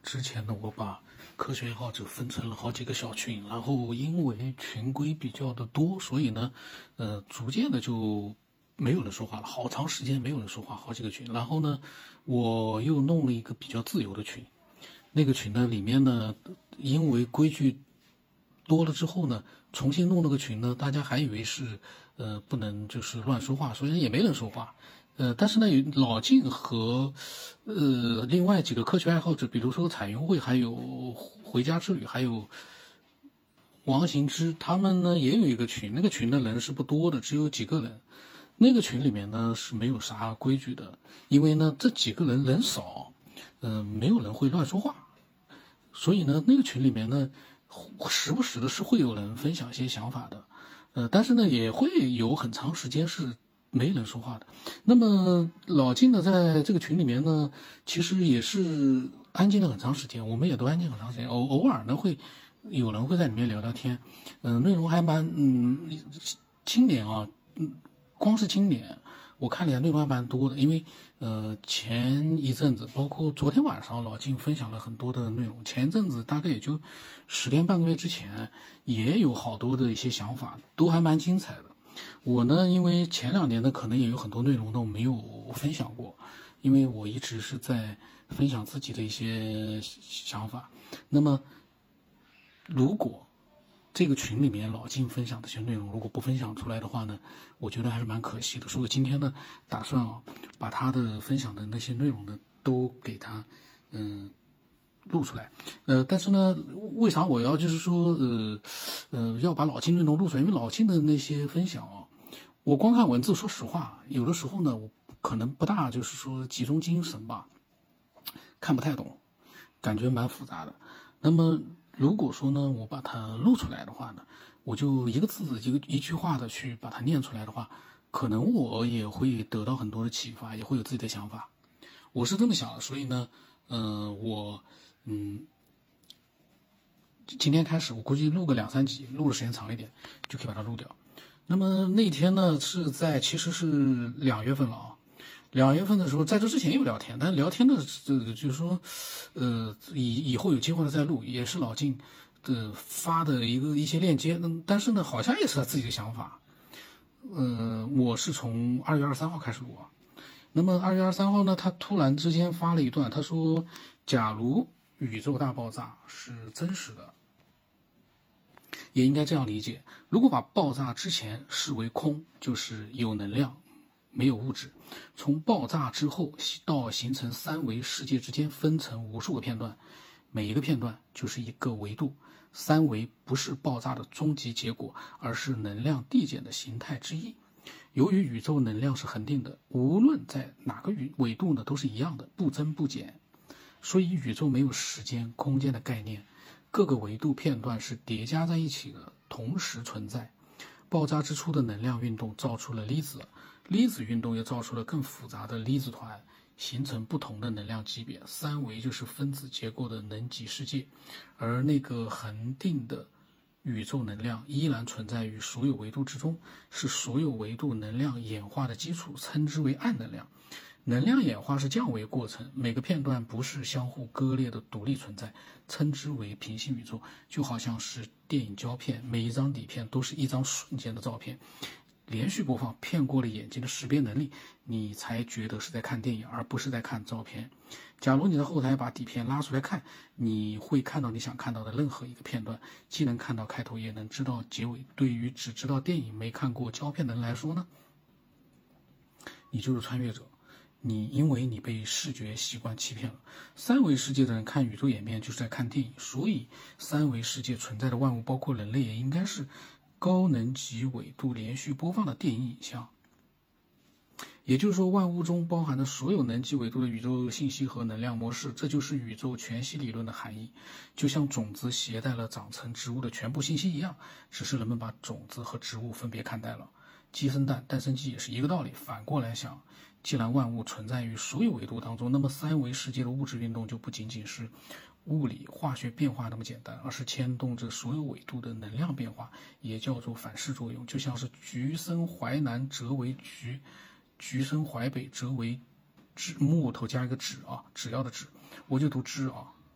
之前呢，我把科学爱好者分成了好几个小群，然后因为群规比较的多，所以呢，逐渐的就没有人说话了，好长时间没有人说话，好几个群。然后呢，我又弄了一个比较自由的群，那个群呢里面呢，因为规矩多了之后呢，重新弄了个群呢，大家还以为是不能就是乱说话，所以也没人说话。但是呢，有老晋和另外几个科学爱好者，比如说彩云会，还有回家之旅，还有王行之，他们呢也有一个群，那个群的人是不多的，只有几个人。那个群里面呢是没有啥规矩的，因为呢这几个人少，没有人会乱说话，所以呢那个群里面呢时不时的是会有人分享一些想法的，但是呢也会有很长时间是没人说话的。那么老晋呢，在这个群里面呢，其实也是安静了很长时间，我们也都安静很长时间。偶尔呢，会有人会在里面聊聊天，内容还蛮经典啊，光是今年我看了一下内容还蛮多的，因为前一阵子，包括昨天晚上老晋分享了很多的内容，前一阵子大概也就10天半个月之前，也有好多的一些想法，都还蛮精彩的。我呢，因为前2年呢，可能也有很多内容呢我没有分享过，因为我一直是在分享自己的一些想法。那么，如果这个群里面老晋分享的这些内容，如果不分享出来的话呢，我觉得还是蛮可惜的。所以今天呢，打算把他的分享的那些内容呢，都给他录出来。但是呢，为啥我要就是说要把老晋内容录出来？因为老晋的那些分享我光看文字，说实话，有的时候呢，我可能不大就是说集中精神吧，看不太懂，感觉蛮复杂的。那么如果说呢，我把它录出来的话呢，我就一个字一句话的去把它念出来的话，可能我也会得到很多的启发，也会有自己的想法。我是这么想的，所以呢，我今天开始，我估计录个2、3集，录的时间长一点，就可以把它录掉。那么那天呢，其实是2月份了啊。2月份的时候，在这之前有聊天，但是聊天的就是说，以后有机会了再录，也是老晋的发的一些链接，但是呢，好像也是他自己的想法。我是从2月23号开始录啊。那么2月23号呢，他突然之间发了一段，他说：“假如宇宙大爆炸是真实的，也应该这样理解：如果把爆炸之前视为空，就是有能量。”没有物质，从爆炸之后到形成3维世界之间分成无数个片段，每一个片段就是一个维度。3维不是爆炸的终极结果，而是能量递减的形态之一。由于宇宙能量是恒定的，无论在哪个维度呢，都是一样的，不增不减。所以宇宙没有时间、空间的概念，各个维度片段是叠加在一起的，同时存在。爆炸之初的能量运动造出了粒子，粒子运动又造出了更复杂的粒子团，形成不同的能量级别。3维就是分子结构的能级世界，而那个恒定的宇宙能量依然存在于所有维度之中，是所有维度能量演化的基础，称之为暗能量。能量演化是降维过程，每个片段不是相互割裂的独立存在，称之为平行宇宙。就好像是电影胶片，每一张底片都是一张瞬间的照片，连续播放骗过了眼睛的识别能力，你才觉得是在看电影，而不是在看照片。假如你在后台把底片拉出来看，你会看到你想看到的任何一个片段，既能看到开头，也能知道结尾。对于只知道电影没看过胶片的人来说呢，你就是穿越者。因为你被视觉习惯欺骗了。3维世界的人看宇宙演变就是在看电影，所以3维世界存在的万物，包括人类，也应该是高能级纬度连续播放的电影影像。也就是说，万物中包含的所有能级纬度的宇宙信息和能量模式，这就是宇宙全息理论的含义。就像种子携带了长成植物的全部信息一样，只是人们把种子和植物分别看待了。鸡生蛋，蛋生鸡也是一个道理。反过来想，既然万物存在于所有维度当中，那么3维世界的物质运动就不仅仅是物理化学变化那么简单，而是牵动着所有维度的能量变化，也叫做反噬作用。就像是橘生淮南折为橘，橘生淮北折为枳，木头加一个枳啊，只要的枳，我就读枳啊。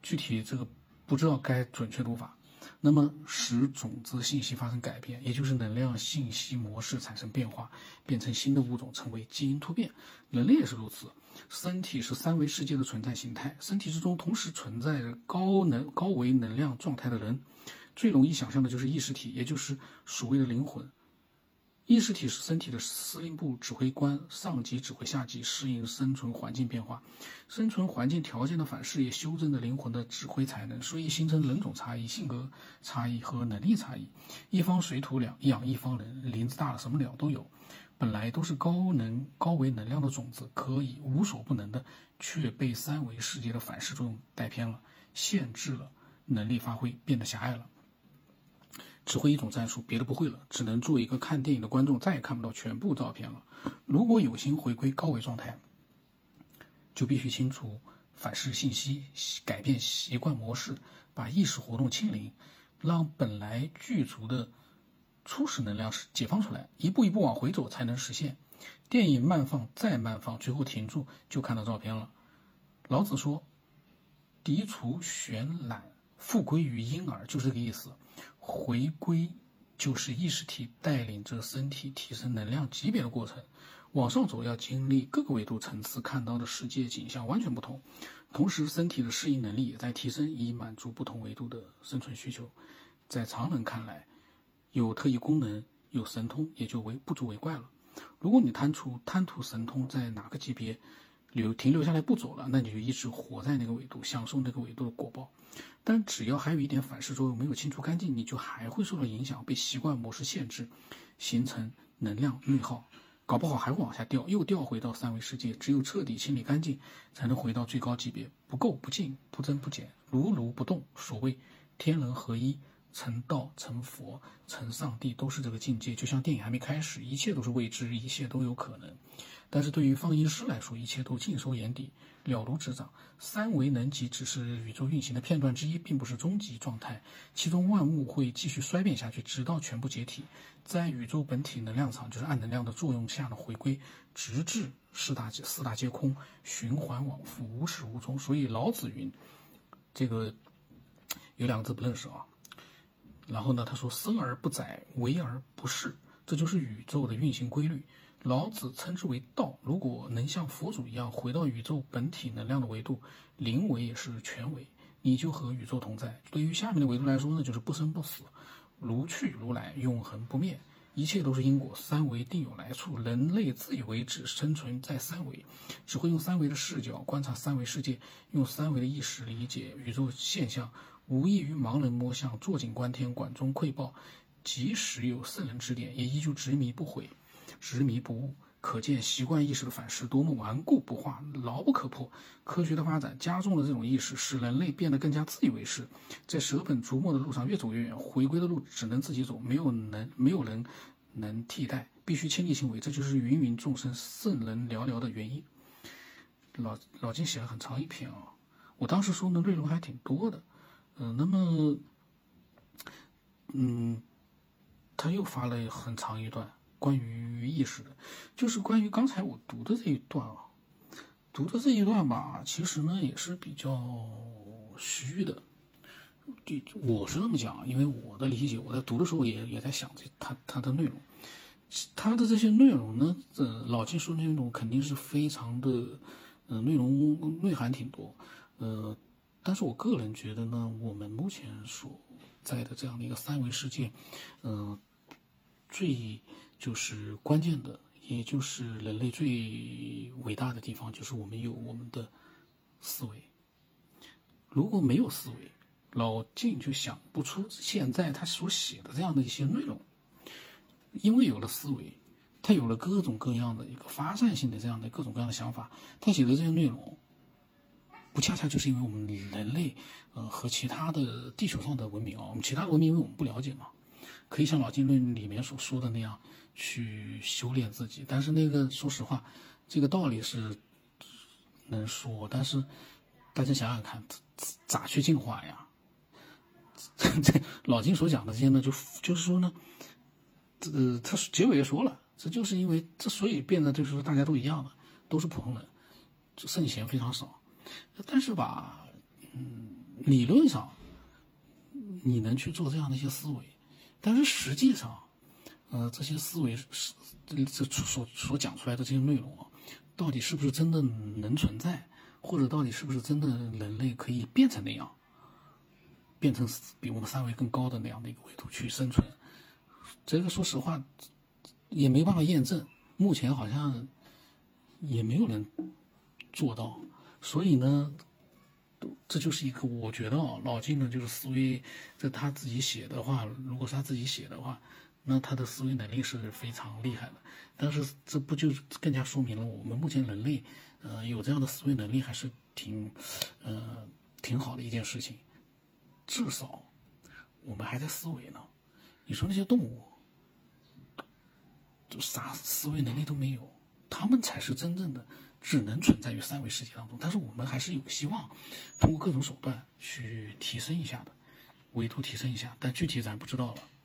具体这个不知道该准确读法。那么使种子信息发生改变，也就是能量信息模式产生变化，变成新的物种，成为基因突变。人类也是如此。身体是三维世界的存在形态，身体之中同时存在着高维能量状态的人。最容易想象的就是意识体，也就是所谓的灵魂。意识体是身体的司令部指挥官，上级指挥下级，适应生存环境变化，生存环境条件的反噬也修正了灵魂的指挥才能，所以形成人种差异、性格差异和能力差异。一方水土养一方人，林子大了什么鸟都有。本来都是高维能量的种子，可以无所不能的，却被三维世界的反噬作用带偏了，限制了能力发挥，变得狭隘了。只会一种战术，别的不会了，只能做一个看电影的观众，再也看不到全部照片了。如果有心回归高维状态，就必须清除反噬信息，改变习惯模式，把意识活动清零，让本来具足的初始能量解放出来，一步一步往回走才能实现。电影慢放再慢放，最后停住就看到照片了。老子说：“涤除玄览，复归于婴儿”，就是这个意思。回归就是意识体带领着身体提升能量级别的过程。往上走要经历各个维度层次，看到的世界景象完全不同，同时身体的适应能力也在提升，以满足不同维度的生存需求。在常人看来，有特异功能有神通也就不足为怪了。如果你贪图神通在哪个级别停留下来不走了，那你就一直活在那个维度，享受那个维度的果报。但只要还有一点反噬作用没有清除干净，你就还会受到影响，被习惯模式限制，形成能量内耗，搞不好还会往下掉，又掉回到三维世界。只有彻底清理干净，才能回到最高级别，不垢不净，不增不减，如如不动。所谓天人合一，成道成佛成上帝，都是这个境界。就像电影还没开始，一切都是未知，一切都有可能。但是对于放映师来说，一切都尽收眼底，了如指掌。三维能级只是宇宙运行的片段之一，并不是终极状态，其中万物会继续衰变下去，直到全部解体，在宇宙本体能量场，就是暗能量的作用下的回归，直至四大皆空，循环往复，无始无终。所以老子云，这个有两个字不认识啊。然后呢，他说：“生而不宰，为而不恃，这就是宇宙的运行规律。”老子称之为道。如果能像佛祖一样回到宇宙本体能量的维度，灵维也是全维，你就和宇宙同在。对于下面的维度来说呢，就是不生不死，如去如来，永恒不灭。一切都是因果，三维定有来处。人类自以为只生存在三维，只会用三维的视角观察三维世界，用三维的意识理解宇宙现象，无异于盲人摸象，坐井观天，管中窥豹。即使有圣人指点，也依旧执迷不悔，执迷不悟。可见习惯意识的反噬多么顽固不化，牢不可破。科学的发展加重了这种意识，使人类变得更加自以为是，在舍本逐末的路上越走越远。回归的路只能自己走，没有人能替代，必须亲力亲为。这就是芸芸众生圣人寥寥的原因。老金写了很长一篇啊，我当时说的内容还挺多的。他又发了很长一段关于意识的，就是关于刚才我读的这一段啊，吧，其实呢也是比较虚的。我是这么讲，因为我的理解，我在读的时候也在想他的内容，他的这些内容呢，老金说的内容肯定是非常的，内容内涵挺多，但是我个人觉得呢，我们目前所在的这样的一个三维世界，最就是关键的，也就是人类最伟大的地方，就是我们有我们的思维。如果没有思维，老晋就想不出现在他所写的这样的一些内容。因为有了思维，他有了各种各样的一个发散性的这样的各种各样的想法，他写的这些内容，不恰恰就是因为我们人类和其他的地球上的文明我们其他的文明因为我们不了解嘛，可以像《老经论》里面所说的那样去修炼自己。但是那个说实话，这个道理是能说，但是大家想想看，咋去进化呀？这老金所讲的这些呢，就是说呢，他结尾也说了，这就是因为所以变得就是说大家都一样了，都是普通人，圣贤非常少。但是吧， 理论上你能去做这样的一些思维，但是实际上，这些思维是这所讲出来的这些内容啊，到底是不是真的能存在，或者到底是不是真的人类可以变成那样，变成比我们三维更高的那样的一个维度去生存，这个说实话也没办法验证，目前好像也没有人做到，所以呢。这就是一个，我觉得老金呢，就是思维，这他自己写的话，如果是他自己写的话，那他的思维能力是非常厉害的。但是这不就更加说明了我们目前人类，有这样的思维能力还是挺好的一件事情。至少我们还在思维呢。你说那些动物，就啥思维能力都没有，他们才是真正的。只能存在于三维世界当中，但是我们还是有希望通过各种手段去提升一下的，维度提升一下，但具体咱不知道了。